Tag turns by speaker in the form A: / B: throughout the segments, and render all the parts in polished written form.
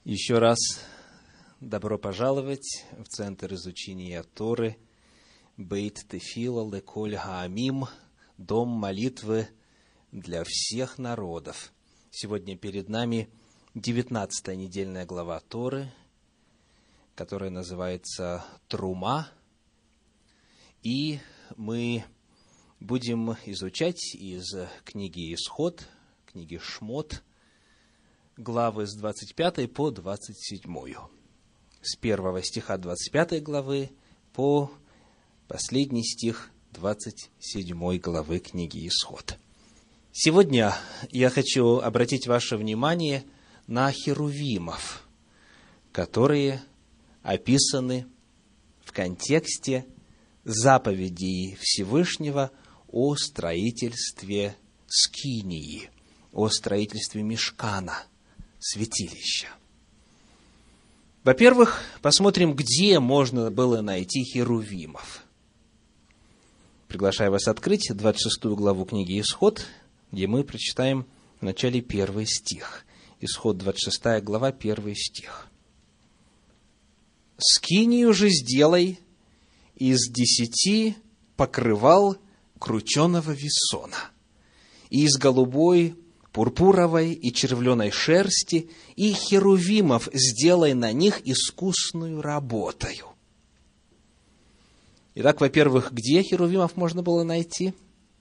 A: Еще раз добро пожаловать в Центр изучения Торы Бейт Тефила леколь хаамим, дом молитвы для всех народов. Сегодня перед нами 19-я недельная глава Торы, которая называется Трума, и мы будем изучать из книги Исход, книги Шмот, главы с 25 по 27. С 1 стиха 25 главы по последний стих 27 главы книги Исход. Сегодня я хочу обратить ваше внимание на херувимов, которые описаны в контексте заповедей Всевышнего о строительстве скинии, о строительстве мишкана, святилища. Во-первых, посмотрим, где можно было найти херувимов. Приглашаю вас открыть 26 главу книги Исход, где мы прочитаем в начале 1 стих. Исход 26 глава, 1 стих. «Скинию же сделай из 10 покрывал крученого весона, и из голубой, пурпуровой и червленой шерсти, и херувимов сделай на них искусную работою». Итак, во-первых, где херувимов можно было найти?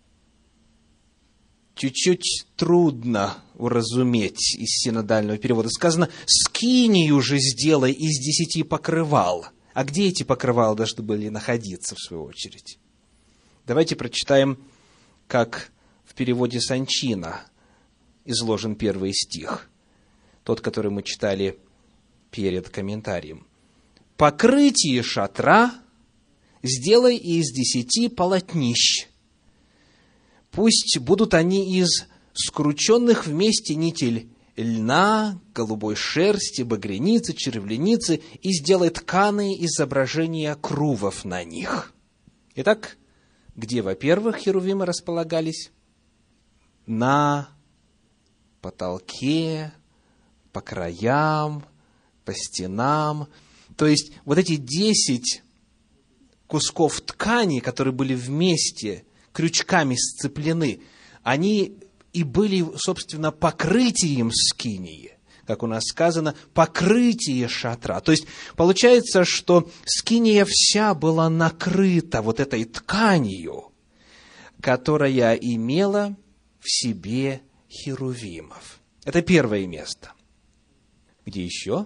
A: Чуть-чуть трудно уразуметь из синодального перевода. Сказано, скинию же сделай из 10 покрывал. А где эти покрывала должны были находиться, в свою очередь? Давайте прочитаем, как в переводе Санчина изложен 1 стих, тот, который мы читали перед комментарием. «Покрытие шатра сделай из 10 полотнищ. Пусть будут они из скрученных вместе нитей льна, голубой шерсти, багряницы, червленицы, и сделай тканые изображения крувов на них». Итак, где, во-первых, херувимы располагались? На потолке, по краям, по стенам. То есть, вот эти 10 кусков ткани, которые были вместе, крючками сцеплены, они и были, собственно, покрытием скинии. Как у нас сказано, покрытие шатра. То есть, получается, что скиния вся была накрыта вот этой тканью, которая имела в себе херувимов. Это первое место. Где еще?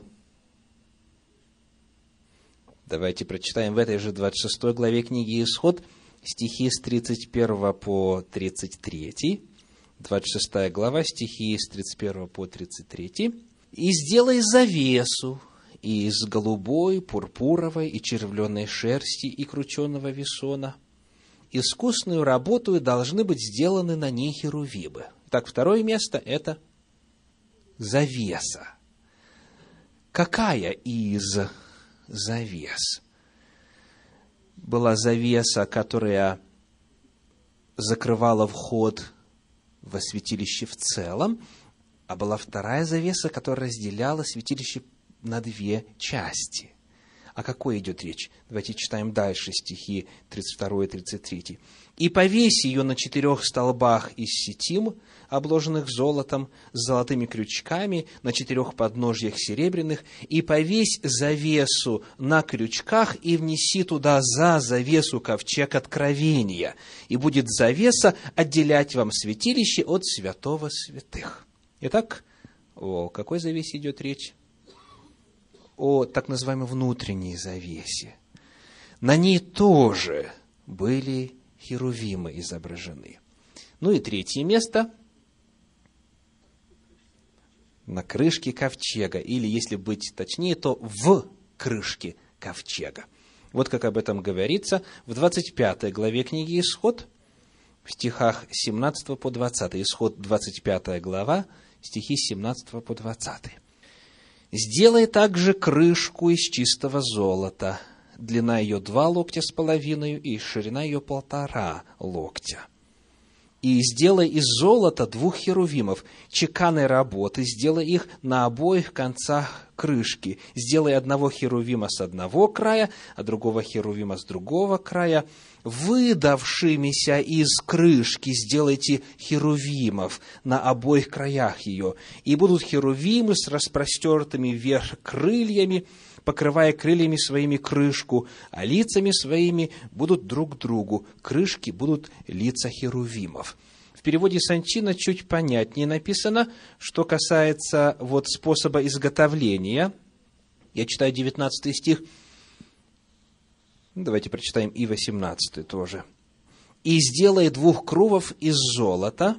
A: Давайте прочитаем в этой же 26 главе книги Исход стихи с 31 по 33. 26 глава, стихи с 31 по 33. «И сделай завесу из голубой, пурпуровой и червленой шерсти и крученого весона. Искусную работу должны быть сделаны на ней херувимы». Так, второе место – это завеса. Какая из завес? Была завеса, которая закрывала вход во святилище в целом, а была вторая завеса, которая разделяла святилище на 2 части. О какой идет речь? Давайте читаем дальше стихи 32 и 33. «И повесь ее на 4 столбах из сетим, обложенных золотом, с золотыми крючками, на 4 подножьях серебряных, и повесь завесу на крючках, и внеси туда за завесу ковчег откровения, и будет завеса отделять вам святилище от святого святых». Итак, о какой завесе идет речь? О так называемой внутренней завесе. На ней тоже были херувимы изображены. Ну и третье место – на крышке ковчега, или, если быть точнее, то в крышке ковчега. Вот как об этом говорится в 25 главе книги Исход, в стихах 17 по 20. Исход 25 глава, стихи с 17 по 20. «Сделай также крышку из чистого золота, длина ее 2 локтя с половиной, и ширина ее 1,5 локтя. И сделай из золота 2 херувимов, чеканной работы, сделай их на обоих концах крышки. Сделай одного херувима с одного края, а другого херувима с другого края. Выдавшимися из крышки сделайте херувимов на обоих краях ее. И будут херувимы с распростертыми вверх крыльями, покрывая крыльями своими крышку, а лицами своими будут друг к другу. Крышки будут лица херувимов. В переводе Санчина чуть понятнее написано, что касается способа изготовления. Я читаю 19 стих. Давайте прочитаем и 18 тоже. «И сделай 2 крувов из золота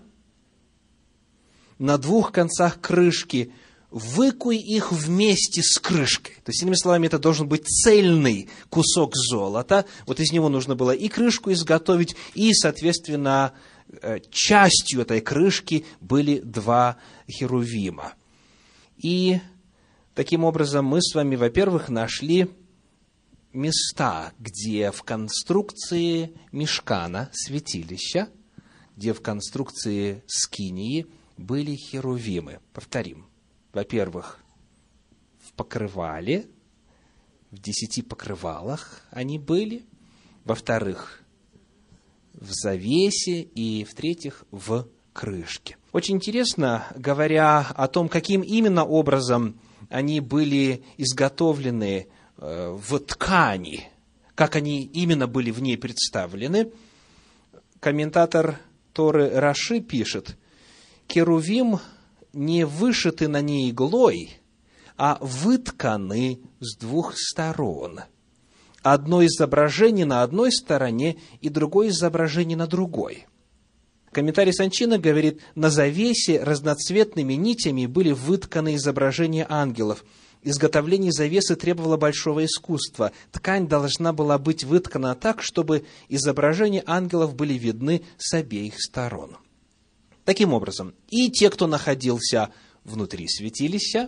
A: на 2 концах крышки, выкуй их вместе с крышкой». То есть, иными словами, это должен быть цельный кусок золота. Из него нужно было и крышку изготовить, и, соответственно, частью этой крышки были 2 херувима. И таким образом мы с вами, во-первых, нашли места, где в конструкции мишкана, святилища, где в конструкции скинии были херувимы. Повторим. Во-первых, в покрывале, в 10 покрывалах они были. Во-вторых, в завесе. И, в-третьих, в крышке. Очень интересно, говоря о том, каким именно образом они были изготовлены в ткани, как они именно были в ней представлены, комментатор Торы Раши пишет: «Керувим не вышиты на ней иглой, а вытканы с 2 сторон. Одно изображение на одной стороне и другое изображение на другой». Комментарий Санчина говорит: на завесе разноцветными нитями были вытканы изображения ангелов. Изготовление завесы требовало большого искусства. Ткань должна была быть выткана так, чтобы изображения ангелов были видны с обеих сторон. Таким образом, и те, кто находился внутри святилища,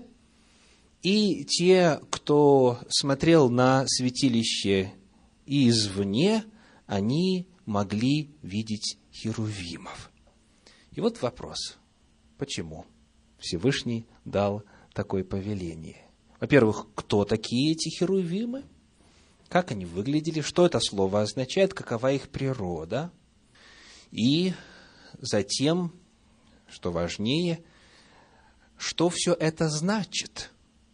A: и те, кто смотрел на святилище извне, они могли видеть херувимов. И вопрос: почему Всевышний дал такое повеление? Во-первых, кто такие эти херувимы? Как они выглядели? Что это слово означает? Какова их природа? И затем, что важнее, что все это значит?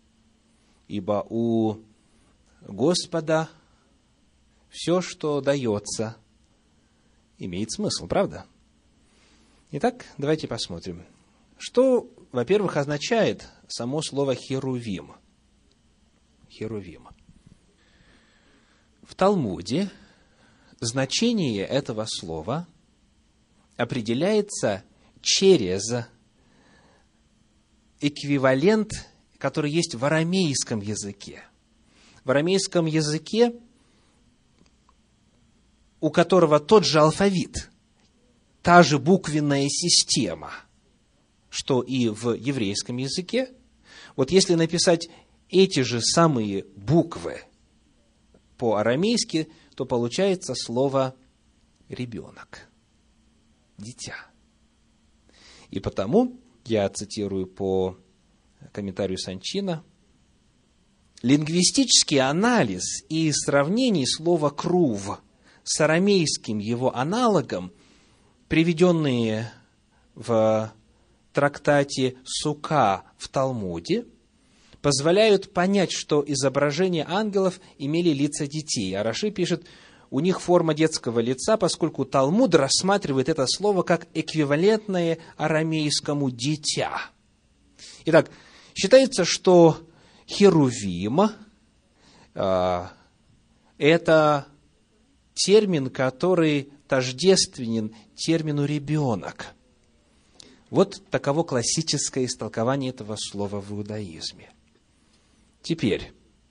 A: Ибо у Господа все, что дается, имеет смысл, правда? Итак, давайте посмотрим. Что, во-первых, означает само слово «херувим»? Херувим. В Талмуде значение этого слова определяется через эквивалент, который есть в арамейском языке. В арамейском языке, у которого тот же алфавит, та же буквенная система, что и в еврейском языке, если написать эти же самые буквы по-арамейски, то получается слово «ребенок», «дитя». И потому, я цитирую по комментарию Санчина, лингвистический анализ и сравнение слова «крув» с арамейским его аналогом, приведенные в трактате Сука в Талмуде, позволяют понять, что изображения ангелов имели лица детей. А Раши пишет: у них форма детского лица, поскольку Талмуд рассматривает это слово как эквивалентное арамейскому «дитя». Итак, считается, что херувим это термин, тождественен термину «ребенок». Таково классическое истолкование этого слова в иудаизме. Теперь,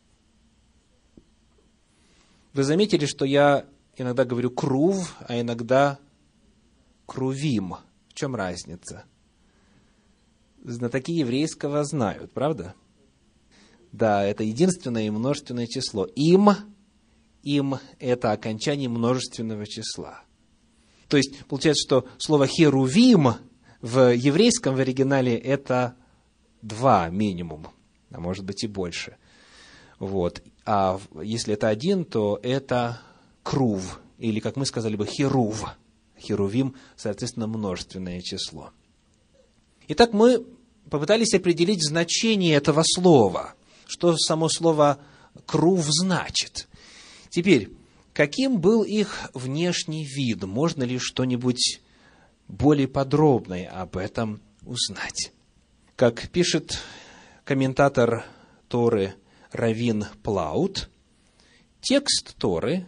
A: вы заметили, что я иногда говорю «крув», а иногда «крувим». В чем разница? Знатоки еврейского знают, правда? Да, это единственное и множественное число. Им – это окончание множественного числа. То есть, получается, что слово «херувим» в еврейском в оригинале это 2 минимум, а может быть и больше. Вот. А если это 1, то это крув, или, как мы сказали бы, херув. Херувим, соответственно, множественное число. Итак, мы попытались определить значение этого слова, что само слово «крув» значит. Теперь, каким был их внешний вид? Можно ли что-нибудь более подробное об этом узнать? Как пишет комментатор Торы Равин Плаут, текст Торы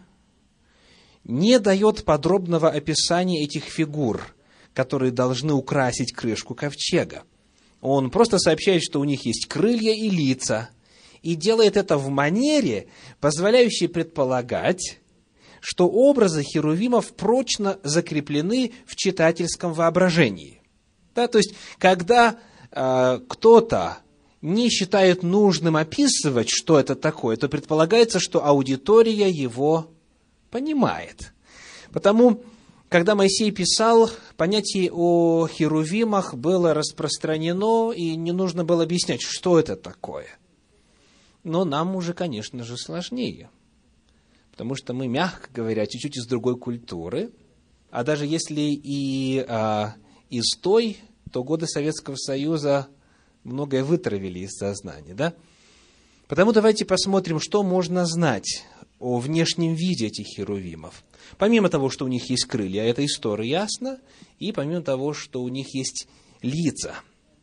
A: не дает подробного описания этих фигур, которые должны украсить крышку ковчега. Он просто сообщает, что у них есть крылья и лица, и делает это в манере, позволяющей предполагать, что образы херувимов прочно закреплены в читательском воображении. Да, то есть, когда кто-то не считает нужным описывать, что это такое, то предполагается, что аудитория его понимает. Потому, когда Моисей писал, понятие о херувимах было распространено, и не нужно было объяснять, что это такое. Но нам уже, конечно же, сложнее. Потому что мы, мягко говоря, чуть-чуть из другой культуры. А даже если и из той, то годы Советского Союза многое вытравили из сознания, да? Потому давайте посмотрим, что можно знать о внешнем виде этих херувимов. Помимо того, что у них есть крылья, это из Торы ясно, и помимо того, что у них есть лица.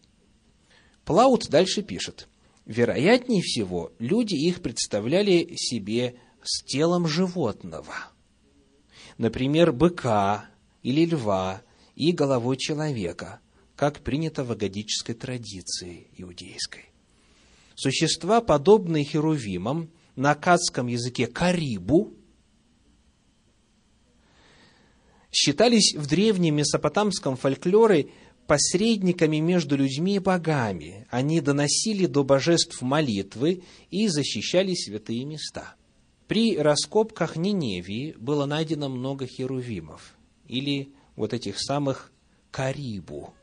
A: Плаут дальше пишет: вероятнее всего, люди их представляли себе с телом животного. Например, быка или льва и головой человека, как принято в агадической традиции иудейской. Существа, подобные херувимам, на аккадском языке карибу, считались в древнем месопотамском фольклоре посредниками между людьми и богами. Они доносили до божеств молитвы и защищали святые места. При раскопках Ниневии было найдено много херувимов, или вот этих самых карибу.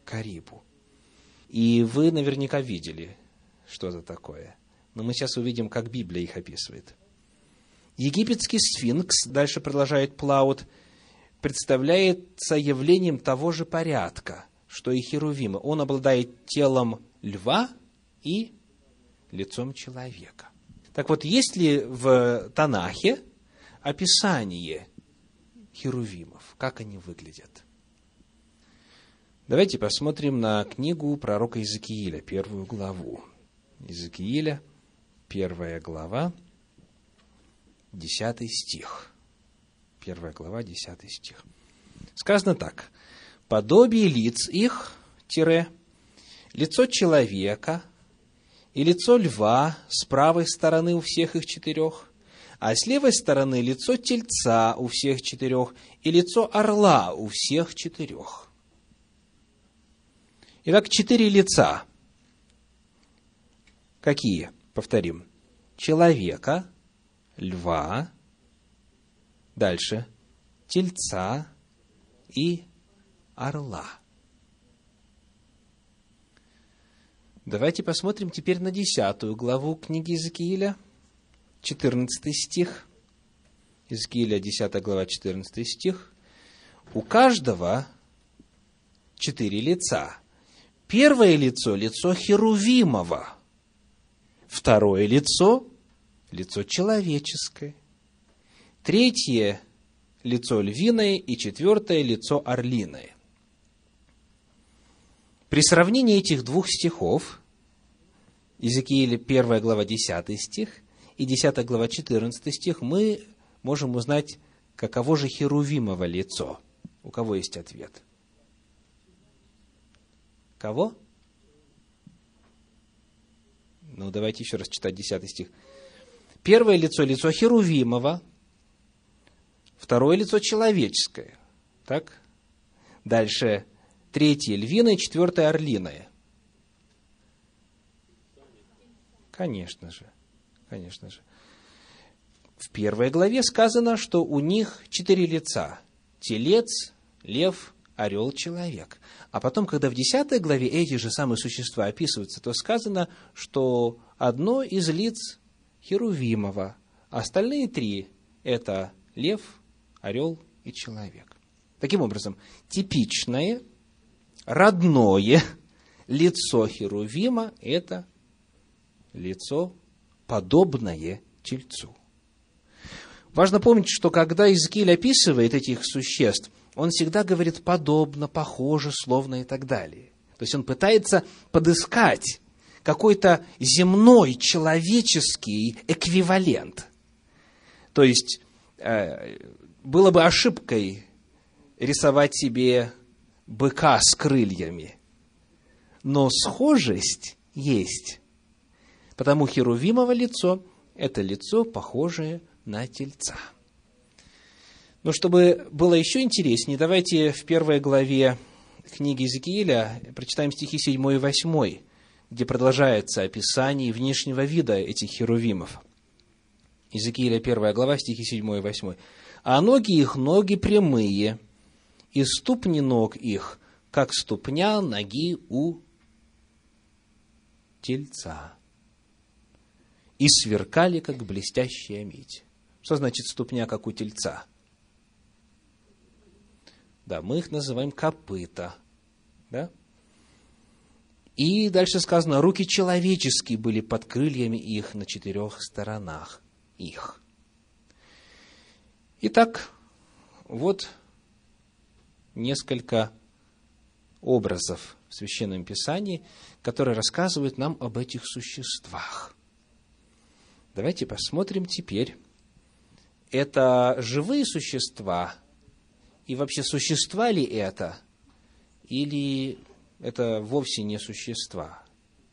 A: И вы наверняка видели, что это такое. Но мы сейчас увидим, как Библия их описывает. Египетский сфинкс, дальше продолжает Плаут, представляется явлением того же порядка, что и херувимы. Он обладает телом льва и лицом человека. Так вот, есть ли в Танахе описание херувимов? Как они выглядят? Давайте посмотрим на книгу пророка Иезекииля, 1 главу. Иезекииля, 1 глава, 10 стих. 1 глава, 10 стих. Сказано так: «Подобие лиц их, лицо человека и лицо льва с правой стороны у всех их 4, а с левой стороны лицо тельца у всех 4 и лицо орла у всех 4». Итак, 4 лица. Какие? Повторим. Человека, льва, дальше тельца и орла. Давайте посмотрим теперь на 10 главу книги Иезекииля, 14 стих. Иезекииля, 10 глава, 14 стих. У каждого 4 лица. Первое лицо – лицо херувимово. Второе лицо – лицо человеческое. Третье – лицо львиное. И четвертое – лицо орлиное. При сравнении этих двух стихов, Иезекииля 1 глава 10 стих и 10 глава 14 стих, мы можем узнать, каково же херувимово лицо. У кого есть ответ? Кого? Ну, давайте еще раз читать 10 стих. Первое лицо – лицо херувимово. Второе лицо – человеческое. Так? Дальше третье – львиное, четвертое – орлиное. Конечно же. В 1 главе сказано, что у них 4 лица. телец, лев, орел, человек. А потом, когда в 10 главе эти же самые существа описываются, то сказано, что одно из лиц Херувимова, а остальные 3 – это лев, орел и человек. Таким образом, типичное, родное лицо Херувима – это лицо, подобное тельцу. Важно помнить, что когда Иезекииль описывает этих существ, он всегда говорит подобно, похоже, словно и так далее. То есть он пытается подыскать какой-то земной, человеческий эквивалент. То есть было бы ошибкой рисовать себе быка с крыльями, но схожесть есть. Потому Херувимово лицо – это лицо, похожее на тельца. Но чтобы было еще интереснее, давайте в 1 главе книги Иезекииля прочитаем стихи 7 и 8, где продолжается описание внешнего вида этих херувимов. Иезекииля 1 глава, стихи 7 и 8. «А ноги их ноги прямые, и ступни ног их, как ступня ноги у тельца, и сверкали, как блестящая медь». Что значит ступня, как у тельца? Да, мы их называем копыта. Да? И дальше сказано, руки человеческие были под крыльями их на 4 сторонах их. Итак, вот несколько образов в Священном Писании, которые рассказывают нам об этих существах. Давайте посмотрим теперь. Это живые существа? И вообще, существа ли это? Или это вовсе не существа?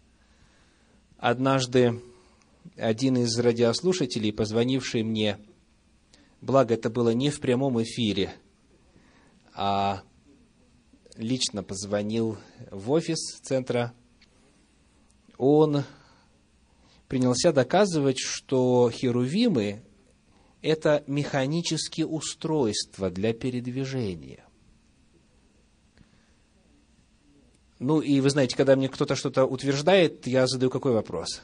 A: Однажды один из радиослушателей, позвонивший мне, благо это было не в прямом эфире, а лично позвонил в офис центра, он принялся доказывать, что херувимы – это механические устройства для передвижения. Ну, и вы знаете, когда мне кто-то что-то утверждает, я задаю какой вопрос?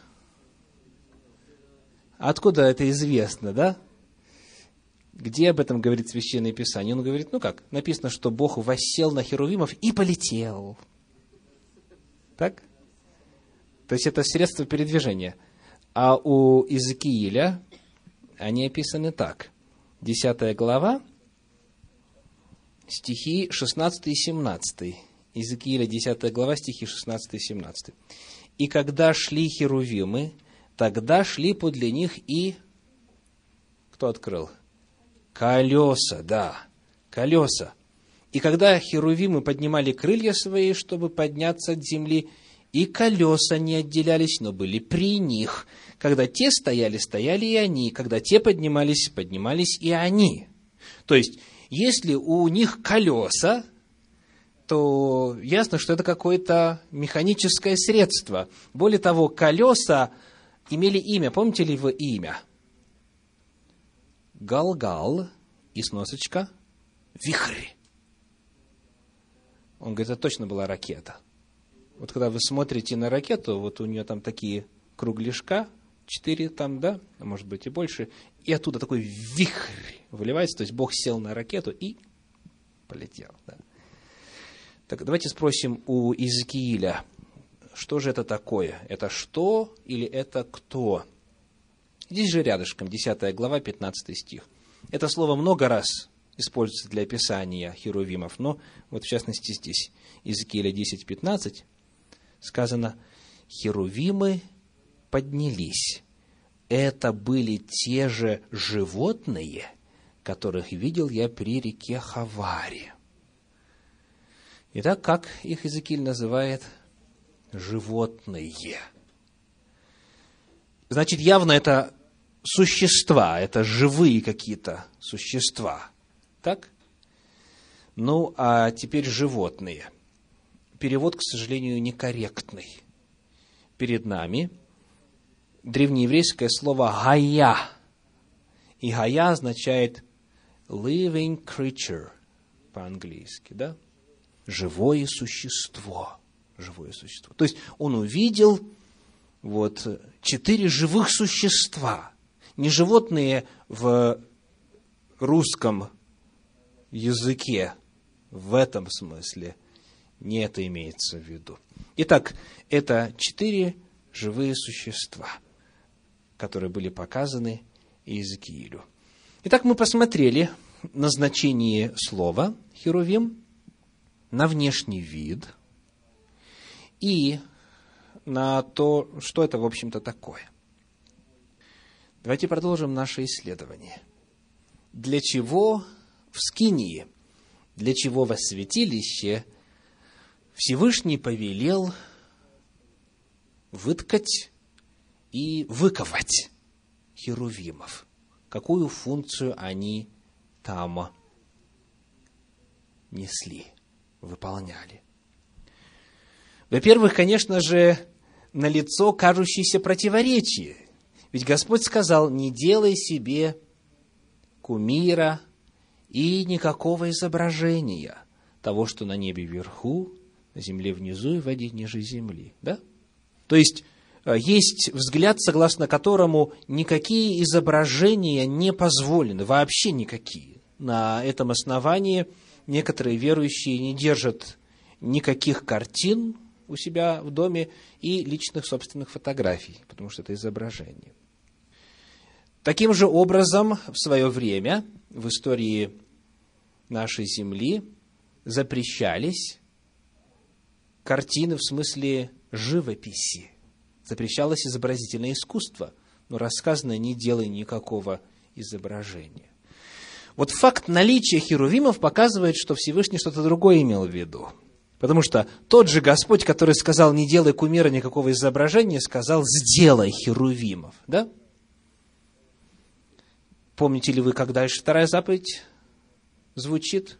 A: Откуда это известно, да? Где об этом говорит Священное Писание? Он говорит, ну как, написано, что Бог воссел на херувимов и полетел. Так? То есть это средство передвижения. А у Иезекииля они описаны так. 10 глава, стихи 16 и 17. Иезекииля, 10 глава, стихи 16 и 17. «И когда шли херувимы, тогда шли подле них и...» Кто открыл? Колеса, да, колеса. «И когда херувимы поднимали крылья свои, чтобы подняться от земли, и колеса не отделялись, но были при них. Когда те стояли, стояли и они. Когда те поднимались, поднимались и они». То есть, если у них колеса, то ясно, что это какое-то механическое средство. Более того, колеса имели имя. Помните ли вы имя? Галгал и сносочка вихрь. Он говорит, это точно была ракета. Вот когда вы смотрите на ракету, вот у нее там такие кругляшка, 4 там, да, а может быть и больше, и оттуда такой вихрь выливается, то есть Бог сел на ракету и полетел. Да. Так, давайте спросим у Иезекииля, что же это такое? Это что или это кто? Здесь же рядышком, 10 глава, 15 стих. Это слово много раз используется для описания херувимов, но вот в частности здесь, Иезекииля 10:15, сказано, херувимы поднялись. Это были те же животные, которых видел я при реке Хаваре. Итак, как их Иезекииль называет? Животные. Значит, явно это существа, это живые какие-то существа. Так? Ну, а теперь животные. Перевод, к сожалению, некорректный. Перед нами древнееврейское слово «гая». И «гая» означает living creature, по-английски, да? Живое существо. Живое существо. То есть он увидел 4 живых существа. Не животные в русском языке, в этом смысле, не это имеется в виду. Итак, это 4 живые существа, которые были показаны Иезекиилю. Итак, мы посмотрели на значение слова «херувим», на внешний вид и на то, что это, в общем-то, такое. Давайте продолжим наше исследование. Для чего в скинии, для чего во святилище Всевышний повелел выткать и выковать херувимов? Какую функцию они там несли, выполняли? Во-первых, конечно же, налицо кажущееся противоречие. Ведь Господь сказал: не делай себе кумира и никакого изображения того, что на небе вверху, на земле внизу и в воде ниже земли. Да? То есть, есть взгляд, согласно которому никакие изображения не позволены, вообще никакие. На этом основании некоторые верующие не держат никаких картин у себя в доме и личных собственных фотографий, потому что это изображение. Таким же образом, в свое время, в истории нашей земли, запрещались картины в смысле живописи. Запрещалось изобразительное искусство, но рассказано: не делай никакого изображения. Вот факт наличия херувимов показывает, что Всевышний что-то другое имел в виду. Потому что тот же Господь, который сказал: не делай кумира, никакого изображения, сказал: сделай херувимов. Да? Помните ли вы, как дальше 2 заповедь звучит?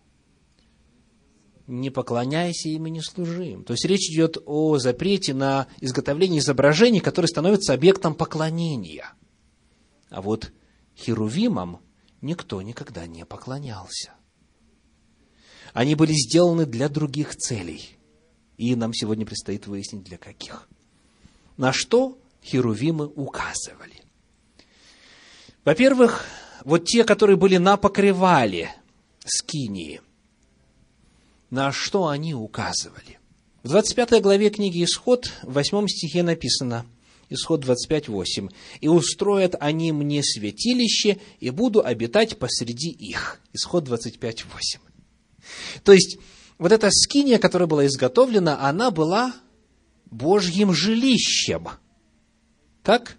A: Не поклоняйся им и не служи им. То есть речь идет о запрете на изготовление изображений, которые становятся объектом поклонения. А вот херувимам никто никогда не поклонялся. Они были сделаны для других целей. И нам сегодня предстоит выяснить, для каких. На что херувимы указывали? Во-первых, вот те, которые были на покрывале скинии, на что они указывали? В 25 главе книги Исход, в 8 стихе написано, Исход 25:8, «И устроят они мне святилище, и буду обитать посреди их». Исход 25:8. То есть, вот эта скиния, которая была изготовлена, она была Божьим жилищем. Так?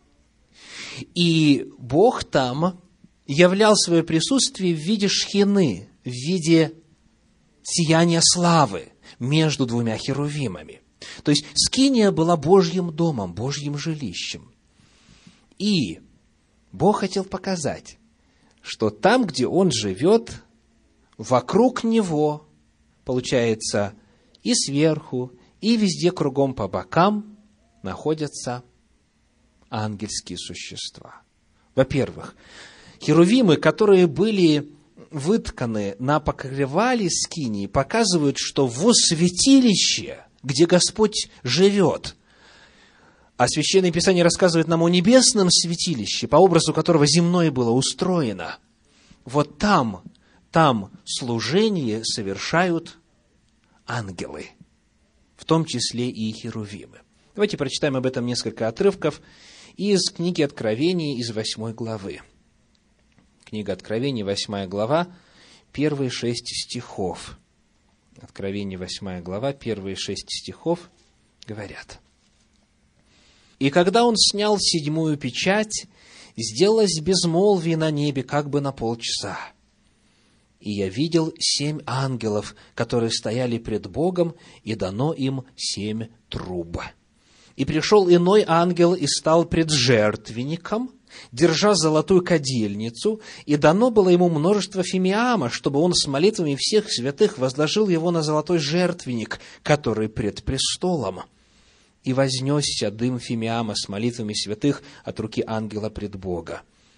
A: И Бог там являл свое присутствие в виде шхины, в виде сияния славы между 2 херувимами. То есть, скиния была Божьим домом, Божьим жилищем. И Бог хотел показать, что там, где Он живет, вокруг Него, получается, и сверху, и везде кругом по бокам находятся ангельские существа. Во-первых, херувимы, которые были вытканы на покрывале скинии, показывают, что во святилище, где Господь живет, а Священное Писание рассказывает нам о небесном святилище, по образу которого земное было устроено, вот там служение совершают ангелы, в том числе и херувимы. Давайте прочитаем об этом несколько отрывков из книги Откровения, из 8 главы. Книга Откровения, 8 глава, первые 6 стихов. Откровение, 8 глава, первые 6 стихов говорят. «И когда он снял 7 печать, сделалось безмолвие на небе как бы на полчаса. И я видел 7 ангелов, которые стояли пред Богом, и дано им 7 труб. И пришел иной ангел и стал пред жертвенником, держа золотую кадильницу, и дано было ему множество фимиама, чтобы он с молитвами всех святых возложил его на золотой жертвенник, который пред престолом. И вознесся дым фимиама с молитвами святых от руки ангела пред Бога.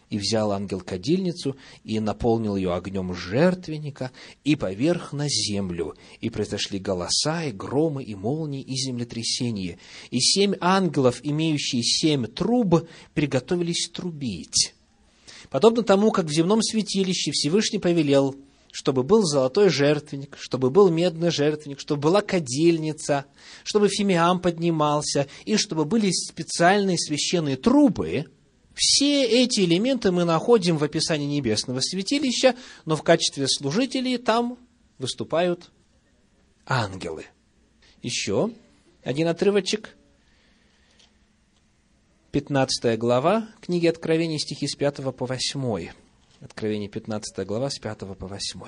A: И взял ангел кадильницу, и наполнил ее огнем жертвенника, и поверх на землю. И произошли голоса, и громы, и молнии, и землетрясение. И 7 ангелов, имеющие 7 труб, приготовились трубить. Подобно тому, как в земном святилище Всевышний повелел, чтобы был золотой жертвенник, чтобы был медный жертвенник, чтобы была кадильница, чтобы фимиам поднимался, и чтобы были специальные священные трубы. Все эти элементы мы находим в описании небесного святилища, но в качестве служителей там выступают ангелы. Еще один отрывочек. 15 глава книги Откровения, стихи с 5 по 8. Откровение, 15 глава, с 5 по 8.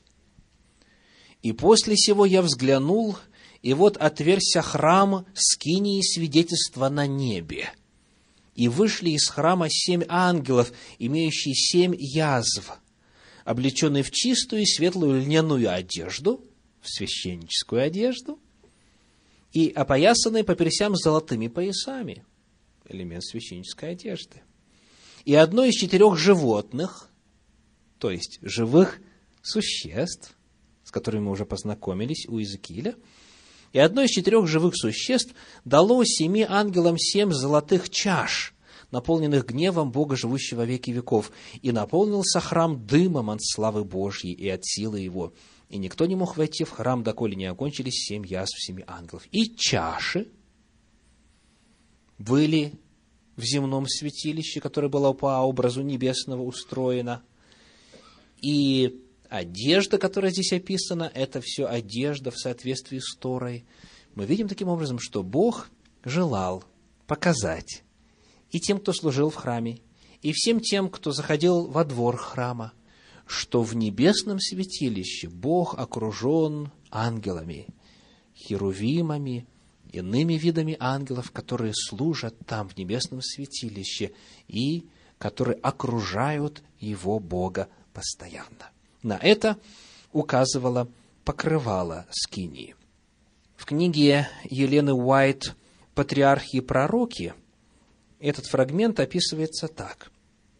A: «И после сего я взглянул, и вот отверзся храм скинии свидетельства на небе. И вышли из храма 7 ангелов, имеющие 7 язв, облеченные в чистую и светлую льняную одежду, в священническую одежду, и опоясанные по персям золотыми поясами», элемент священнической одежды. «И одно из 4 животных, то есть живых существ, с которыми мы уже познакомились у Иезекииля, и одно из 4 живых существ дало 7 ангелам 7 золотых чаш, наполненных гневом Бога, живущего веки веков, и наполнился храм дымом от славы Божьей и от силы Его. И никто не мог войти в храм, доколе не окончились 7 язв 7 ангелов. И чаши были в земном святилище, которое было по образу небесного устроено. И одежда, которая здесь описана, это все одежда в соответствии с Торой. Мы видим таким образом, что Бог желал показать и тем, кто служил в храме, и всем тем, кто заходил во двор храма, что в небесном святилище Бог окружен ангелами, херувимами, иными видами ангелов, которые служат там, в небесном святилище, и которые окружают его Бога постоянно. На это указывало покрывало скинии. В книге Елены Уайт «Патриархи и пророки» этот фрагмент описывается так.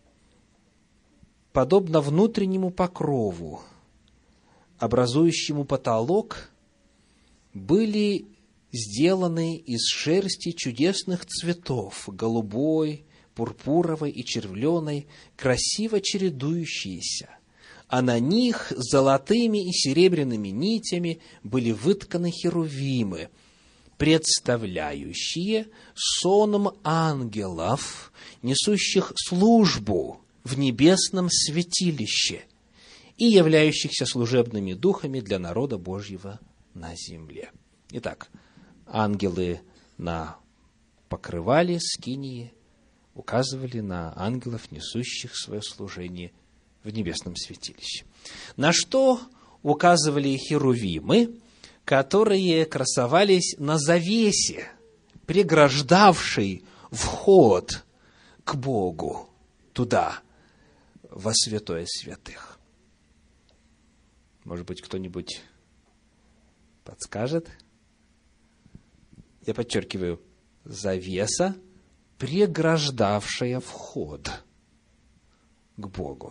A: «Подобно внутреннему покрову, образующему потолок, были сделаны из шерсти чудесных цветов, голубой, пурпуровой и червленой, красиво чередующиеся, а на них золотыми и серебряными нитями были вытканы херувимы, представляющие соном ангелов, несущих службу в небесном святилище и являющихся служебными духами для народа Божьего на земле». Итак, ангелы на покрывале скинии указывали на ангелов, несущих свое служение в небесном святилище. На что указывали херувимы, которые красовались на завесе, преграждавшей вход к Богу туда, во святое святых? Может быть, кто-нибудь подскажет? Я подчеркиваю, завеса, преграждавшая вход к Богу.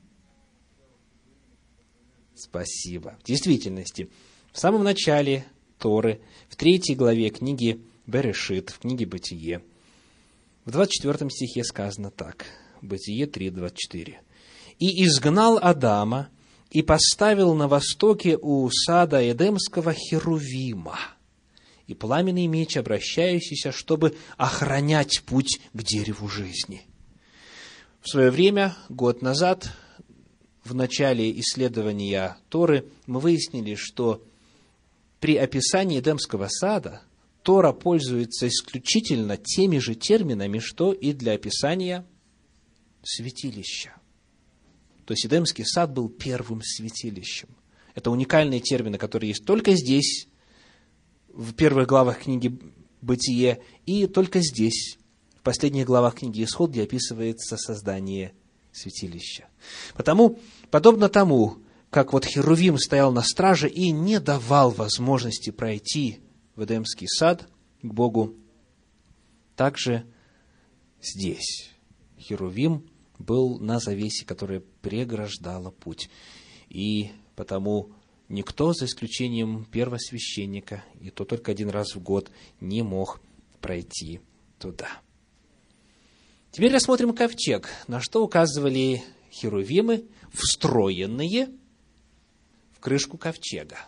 A: Спасибо. В действительности, в самом начале Торы, в 3 главе книги Берешит, в книге Бытие, в 24 стихе сказано так. Бытие 3:24. «И изгнал Адама, и поставил на востоке у сада Эдемского херувима, и пламенный меч, обращающийся, чтобы охранять путь к дереву жизни». В свое время, год назад, в начале исследования Торы, мы выяснили, что при описании Эдемского сада Тора пользуется исключительно теми же терминами, что и для описания святилища. То есть Эдемский сад был первым святилищем. Это уникальные термины, которые есть только здесь, в первых главах книги Бытие, и только здесь, в последних главах книги Исход, где описывается создание святилища. Потому, подобно тому, как вот Херувим стоял на страже и не давал возможности пройти в Эдемский сад к Богу, также здесь Херувим был на завесе, которая преграждала путь. И потому никто, за исключением первосвященника, и то только один раз в год, не мог пройти туда. Теперь рассмотрим ковчег, на что указывали херувимы, встроенные в крышку ковчега.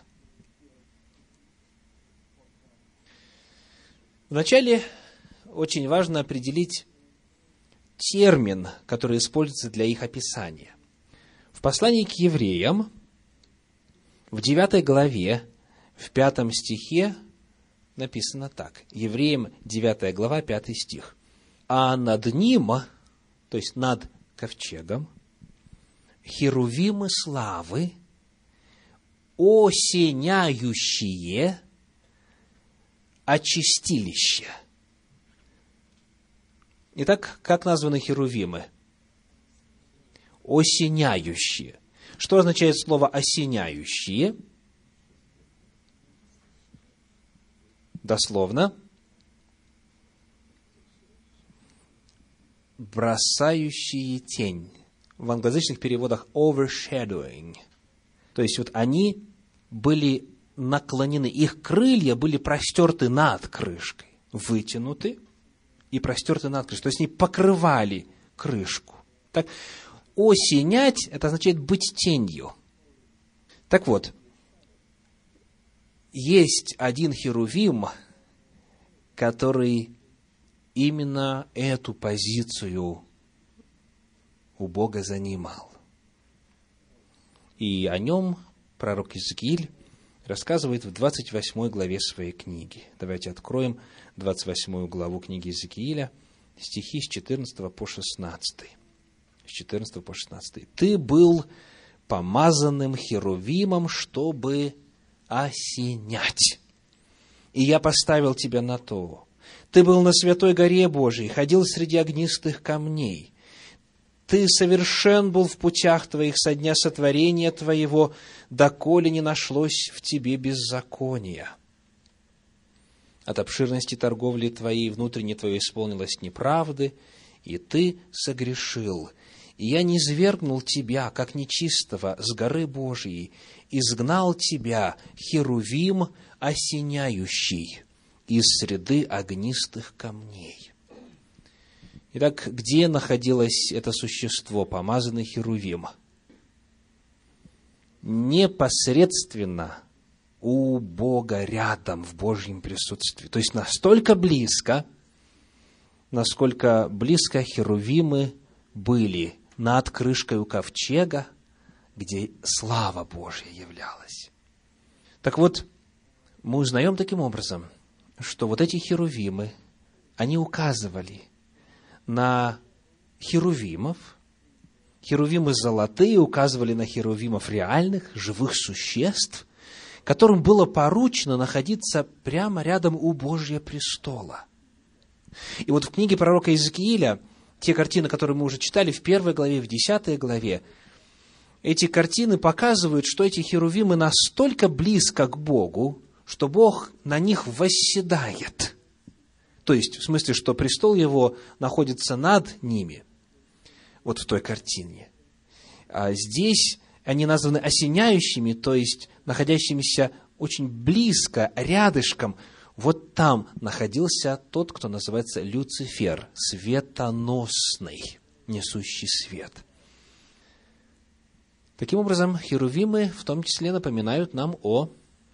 A: Вначале очень важно определить термин, который используется для их описания. В послании к евреям, в 9 главе, в 5 стихе написано так. Евреям 9 глава, 5 стих. «А над ним, то есть над ковчегом, херувимы славы, осеняющие очистилище». Итак, как названы херувимы? Осеняющие. Что означает слово «осеняющие»? Дословно. Бросающие тень. В англоязычных переводах overshadowing. То есть, вот они были наклонены, их крылья были простерты над крышкой, вытянуты и простерты над крышкой. То есть, они покрывали крышку. Так, осенять – это означает быть тенью. Так вот, есть один херувим, который именно эту позицию у Бога занимал. И о нем пророк Иезекииль рассказывает в 28 главе своей книги. Давайте откроем 28 главу книги Иезекииля, стихи с 14 по 16. С 14 по 16. «Ты был помазанным херувимом, чтобы осенять. И я поставил тебя на то. Ты был на святой горе Божией, ходил среди огнистых камней. Ты совершен был в путях твоих со дня сотворения твоего, доколе не нашлось в тебе беззакония. От обширности торговли твоей внутренне твое исполнилось неправды, и ты согрешил. И я низвергнул тебя, как нечистого, с горы Божией, изгнал тебя, херувим осеняющий, из среды огнистых камней». Итак, где находилось это существо, помазанный херувим? Непосредственно у Бога рядом, в Божьем присутствии. То есть, настолько близко, насколько близко херувимы были над крышкой у ковчега, где слава Божья являлась. Так вот, мы узнаем таким образом, что вот эти херувимы, они указывали на херувимов. Херувимы золотые указывали на херувимов реальных, живых существ, которым было поручено находиться прямо рядом у Божьего престола. И вот в книге пророка Иезекииля, те картины, которые мы уже читали в 1 главе, в 10 главе, эти картины показывают, что эти херувимы настолько близко к Богу, что Бог на них восседает. То есть, в смысле, что престол его находится над ними, вот в той картине. А здесь они названы осеняющими, то есть, находящимися очень близко, рядышком. Вот там находился тот, кто называется Люцифер, светоносный, несущий свет. Таким образом, херувимы в том числе напоминают нам о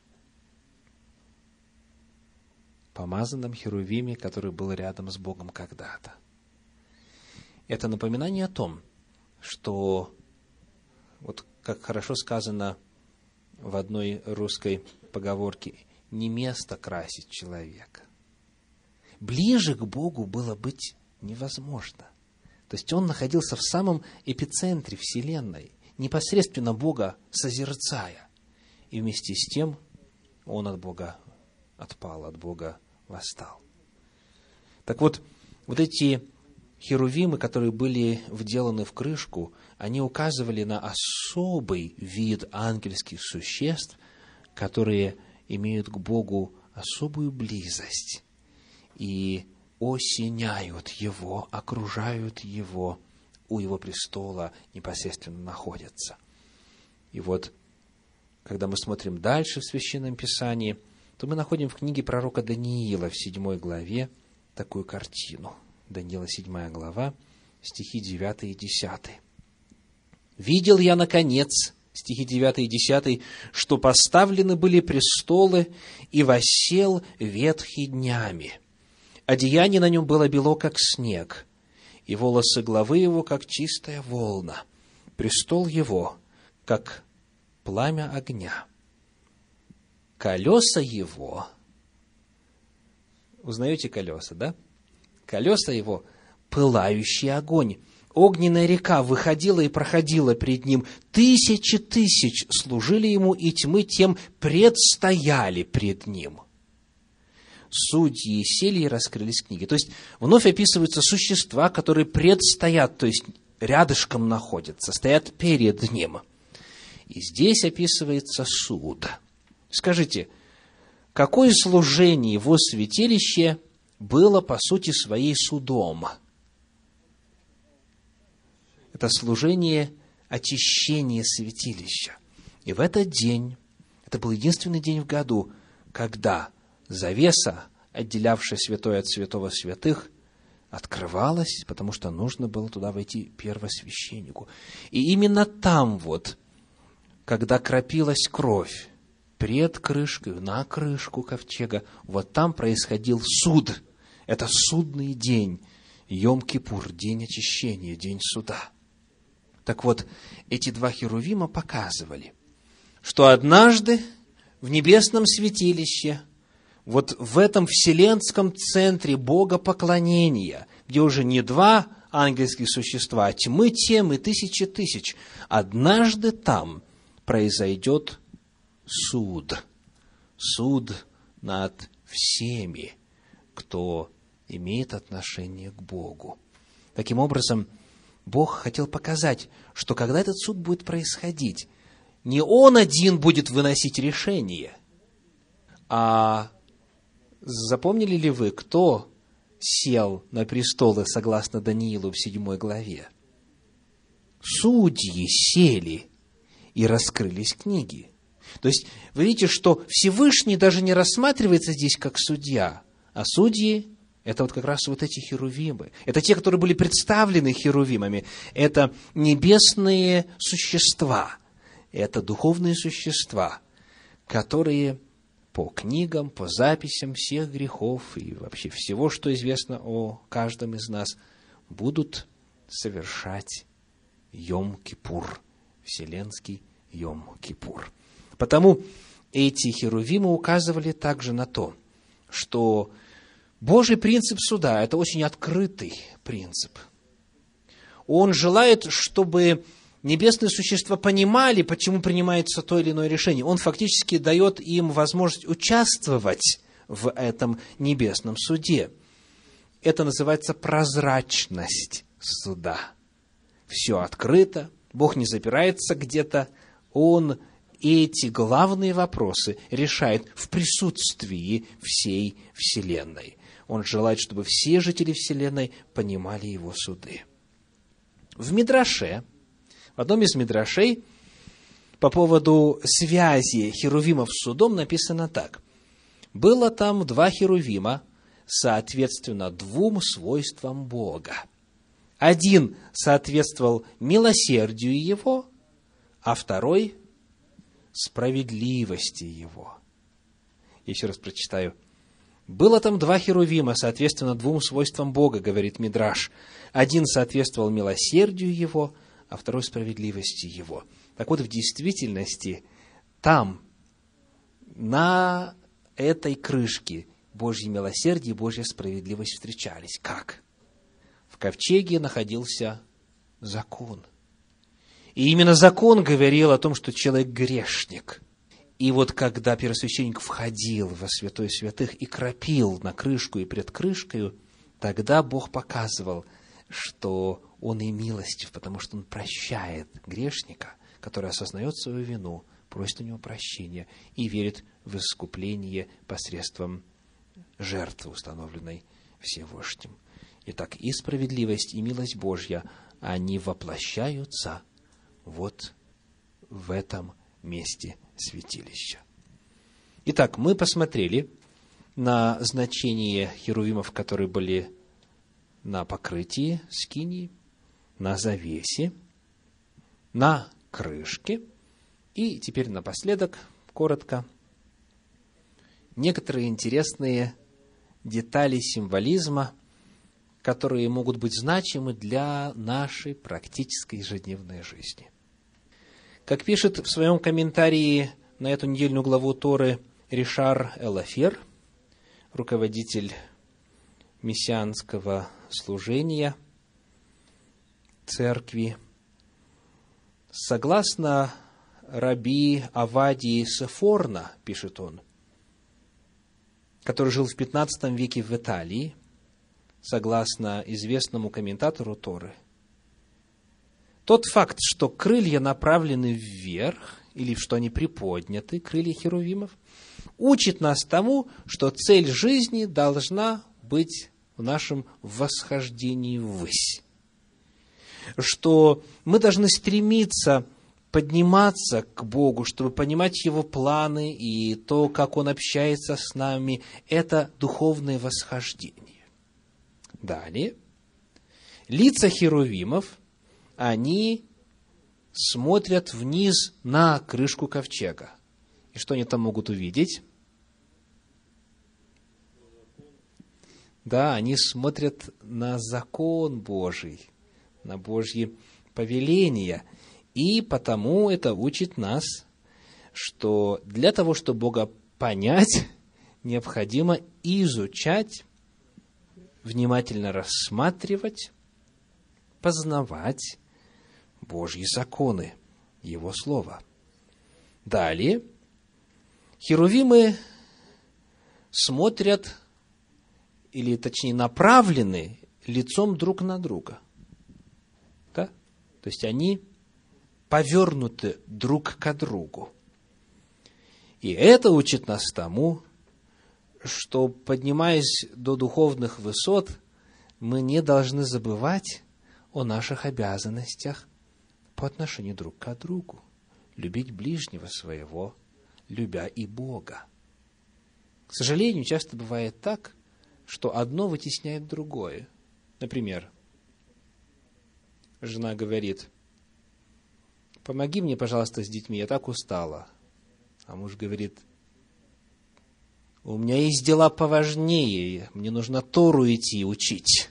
A: помазанном херувиме, который был рядом с Богом когда-то. Это напоминание о том, что, вот как хорошо сказано в одной русской поговорке, не место красит человека. Ближе к Богу было быть невозможно. То есть он находился в самом эпицентре Вселенной, непосредственно Бога созерцая. И вместе с тем он от Бога отпал, от Бога восстал. Так вот, вот эти херувимы, которые были вделаны в крышку, они указывали на особый вид ангельских существ, которые имеют к Богу особую близость и осеняют Его, окружают Его у его престола непосредственно находятся. И вот, когда мы смотрим дальше в Священном Писании, то мы находим в книге пророка Даниила в 7 главе такую картину. Даниила, 7 глава, стихи 9 и 10. «Видел я, наконец, стихи 9 и 10, что поставлены были престолы, и воссел ветхий днями. Одеяние на нем было бело, как снег, и волосы главы его, как чистая волна. Престол его, как пламя огня. Колеса его...» Узнаете колеса, да? Колеса его — пылающий огонь. Огненная река выходила и проходила пред ним. Тысячи тысяч служили ему, и тьмы тем предстояли пред ним. Судьи сели и раскрылись книги. То есть, вновь описываются существа, которые предстоят, то есть, рядышком находятся, стоят перед ним. И здесь описывается суд. Скажите, какое служение во святилище было, по сути своей, судом? Это служение очищения святилища. И в этот день, это был единственный день в году, когда завеса, отделявшая святое от святого святых, открывалась, потому что нужно было туда войти первосвященнику. И именно там вот, когда кропилась кровь пред крышкой, на крышку ковчега, вот там происходил суд. Это судный день, Йом-Кипур, день очищения, день суда. Так вот, эти два херувима показывали, что однажды в небесном святилище, вот в этом вселенском центре богопоклонения, где уже не два ангельских существа, а тьмы тем и тысячи тысяч, однажды там произойдет суд. Суд над всеми, кто имеет отношение к Богу. Таким образом, Бог хотел показать, что когда этот суд будет происходить, не Он один будет выносить решение, а запомнили ли вы, кто сел на престолы, согласно Даниилу в 7 главе? Судьи сели и раскрылись книги. То есть, вы видите, что Всевышний даже не рассматривается здесь как судья, а судьи — это вот как раз вот эти херувимы. Это те, которые были представлены херувимами. Это небесные существа. Это духовные существа, которые по книгам, по записям всех грехов и вообще всего, что известно о каждом из нас, будут совершать Йом-Кипур, вселенский Йом-Кипур. Потому эти херувимы указывали также на то, что Божий принцип суда – это очень открытый принцип. Он желает, чтобы небесные существа понимали, почему принимается то или иное решение. Он фактически дает им возможность участвовать в этом небесном суде. Это называется прозрачность суда. Все открыто, Бог не запирается где-то, Он эти главные вопросы решает в присутствии всей Вселенной. Он желает, чтобы все жители Вселенной понимали Его суды. В Мидраше, в одном из Мидрашей, по поводу связи херувимов с судом написано так. Было там два херувима, соответственно, двум свойствам Бога. Один соответствовал милосердию Его, а второй – справедливости Его. Еще раз прочитаю. Было там два херувима, соответственно, двум свойствам Бога, говорит Мидраш. Один соответствовал милосердию Его, а второй – справедливости Его. Так вот, в действительности, там, на этой крышке, Божье милосердие и Божья справедливость встречались. Как? В ковчеге находился закон. И именно закон говорил о том, что человек грешник. И вот когда первосвященник входил во святое святых и кропил на крышку и пред крышкою, тогда Бог показывал, что Он и милостив, потому что Он прощает грешника, который осознает свою вину, просит у него прощения и верит в искупление посредством жертвы, установленной Всевышним. Итак, и справедливость, и милость Божья, они воплощаются вот в этом месте святилища. Итак, мы посмотрели на значение херувимов, которые были на покрытии скинии, на завесе, на крышке. И теперь напоследок, коротко, некоторые интересные детали символизма, которые могут быть значимы для нашей практической ежедневной жизни. Как пишет в своем комментарии на эту недельную главу Торы Ришар Элафер, руководитель мессианского служения церкви, согласно раби Авадии Сефорна, пишет он, который жил в 15 веке в Италии, согласно известному комментатору Торы, тот факт, что крылья направлены вверх, или что они приподняты, крылья херувимов, учит нас тому, что цель жизни должна быть в нашем восхождении ввысь. Что мы должны стремиться подниматься к Богу, чтобы понимать Его планы и то, как Он общается с нами. Это духовное восхождение. Далее. Лица херувимов, они смотрят вниз на крышку ковчега. И что они там могут увидеть? Да, они смотрят на закон Божий, на Божьи повеления. И потому это учит нас, что для того, чтобы Бога понять, необходимо изучать, внимательно рассматривать, познавать Божьи законы, Его Слово. Далее, херувимы смотрят, или точнее направлены лицом друг на друга. Да? То есть они повернуты друг к другу. И это учит нас тому, что, поднимаясь до духовных высот, мы не должны забывать о наших обязанностях по отношению друг к другу. Любить ближнего своего, любя и Бога. К сожалению, часто бывает так, что одно вытесняет другое. Например, жена говорит: помоги мне, пожалуйста, с детьми, я так устала. А муж говорит: у меня есть дела поважнее, мне нужно Тору идти учить.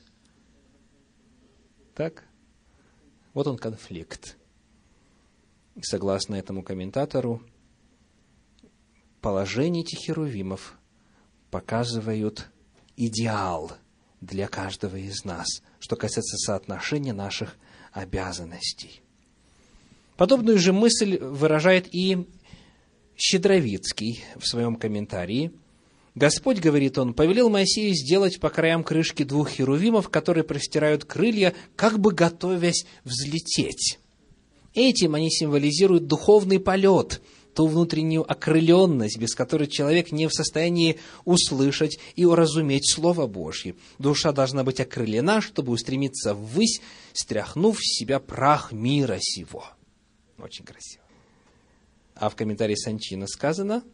A: Так? Вот он конфликт. И согласно этому комментатору, положение этих херувимов показывают идеал для каждого из нас, что касается соотношения наших обязанностей. Подобную же мысль выражает и Щедровицкий в своем комментарии. Господь, говорит он, повелел Моисею сделать по краям крышки 2 херувимов, которые простирают крылья, как бы готовясь взлететь. Этим они символизируют духовный полет, ту внутреннюю окрыленность, без которой человек не в состоянии услышать и уразуметь Слово Божье. Душа должна быть окрылена, чтобы устремиться ввысь, стряхнув с себя прах мира сего. Очень красиво. А в комментарии Санчина сказано,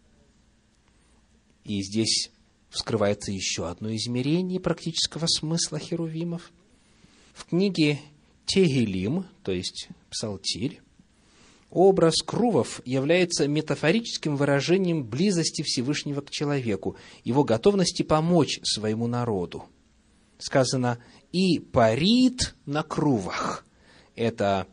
A: и здесь вскрывается еще одно измерение практического смысла херувимов. В книге Тегилим, то есть Псалтирь, образ крувов является метафорическим выражением близости Всевышнего к человеку, его готовности помочь своему народу. Сказано: «И парит на крувах». Это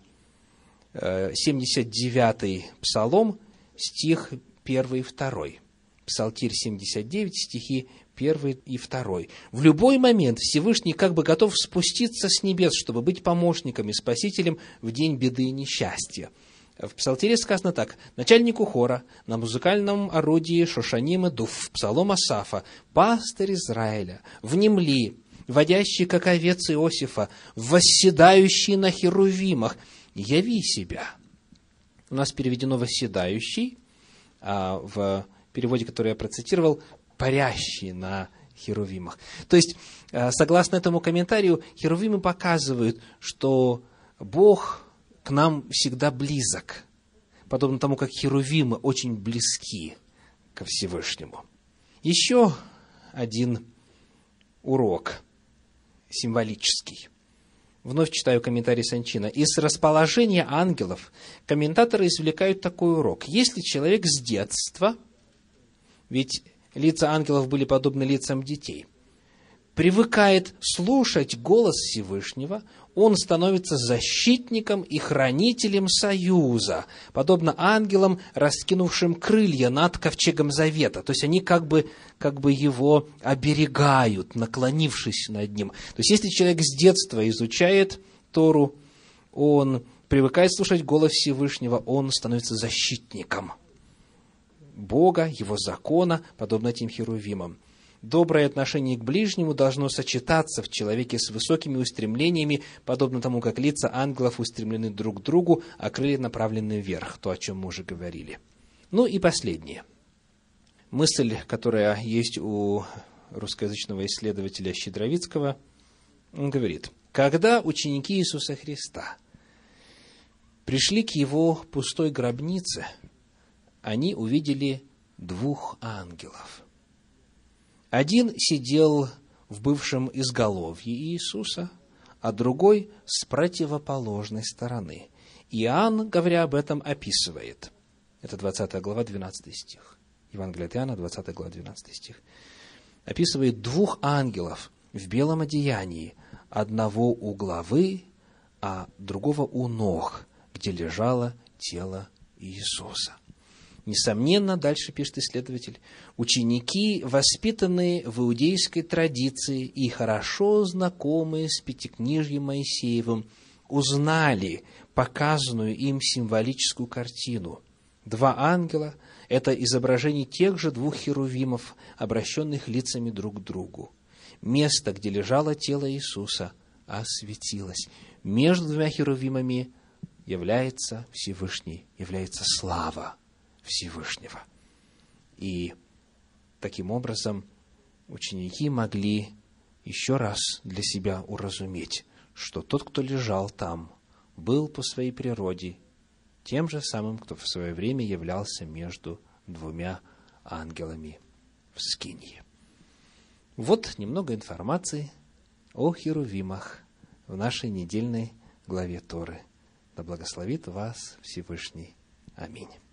A: 79-й Псалом, стих 1 и 2. Псалтирь 79, стихи 1 и 2. В любой момент Всевышний как бы готов спуститься с небес, чтобы быть помощником и спасителем в день беды и несчастья. В Псалтире сказано так: начальнику хора на музыкальном орудии Шошаним и Дуф, псалом Асафа, пастырь Израиля, внемли, водящий, как овец Иосифа, восседающий на херувимах, яви себя. У нас переведено восседающий, а в переводе, который я процитировал, парящий на херувимах. То есть, согласно этому комментарию, херувимы показывают, что Бог к нам всегда близок, подобно тому, как херувимы очень близки ко Всевышнему. Еще один урок символический. Вновь читаю комментарий Санчина. Из расположения ангелов комментаторы извлекают такой урок. Если человек с детства, ведь лица ангелов были подобны лицам детей, привыкает слушать голос Всевышнего, он становится защитником и хранителем союза, подобно ангелам, раскинувшим крылья над ковчегом завета. То есть они как бы его оберегают, наклонившись над ним. То есть если человек с детства изучает Тору, он привыкает слушать голос Всевышнего, он становится защитником Бога, Его закона, подобно этим херувимам. Доброе отношение к ближнему должно сочетаться в человеке с высокими устремлениями, подобно тому, как лица ангелов устремлены друг к другу, а крылья направлены вверх, то, о чем мы уже говорили. Ну и последнее. Мысль, которая есть у русскоязычного исследователя Щедровицкого, он говорит: когда ученики Иисуса Христа пришли к Его пустой гробнице, они увидели двух ангелов. Один сидел в бывшем изголовье Иисуса, а другой с противоположной стороны. Иоанн, говоря об этом, описывает. Это 20 глава, 12 стих. Евангелие от Иоанна, 20 глава, 12 стих. Описывает двух ангелов в белом одеянии, одного у главы, а другого у ног, где лежало тело Иисуса. Несомненно, дальше пишет исследователь, ученики, воспитанные в иудейской традиции и хорошо знакомые с Пятикнижьем Моисеевым, узнали показанную им символическую картину. Два ангела – это изображение тех же двух херувимов, обращенных лицами друг к другу. Место, где лежало тело Иисуса, осветилось. Между двумя херувимами является Всевышний, является слава Всевышнего. И таким образом ученики могли еще раз для себя уразуметь, что тот, кто лежал там, был по своей природе тем же самым, кто в свое время являлся между двумя ангелами в скинии. Вот немного информации о херувимах в нашей недельной главе Торы. Да благословит вас Всевышний. Аминь.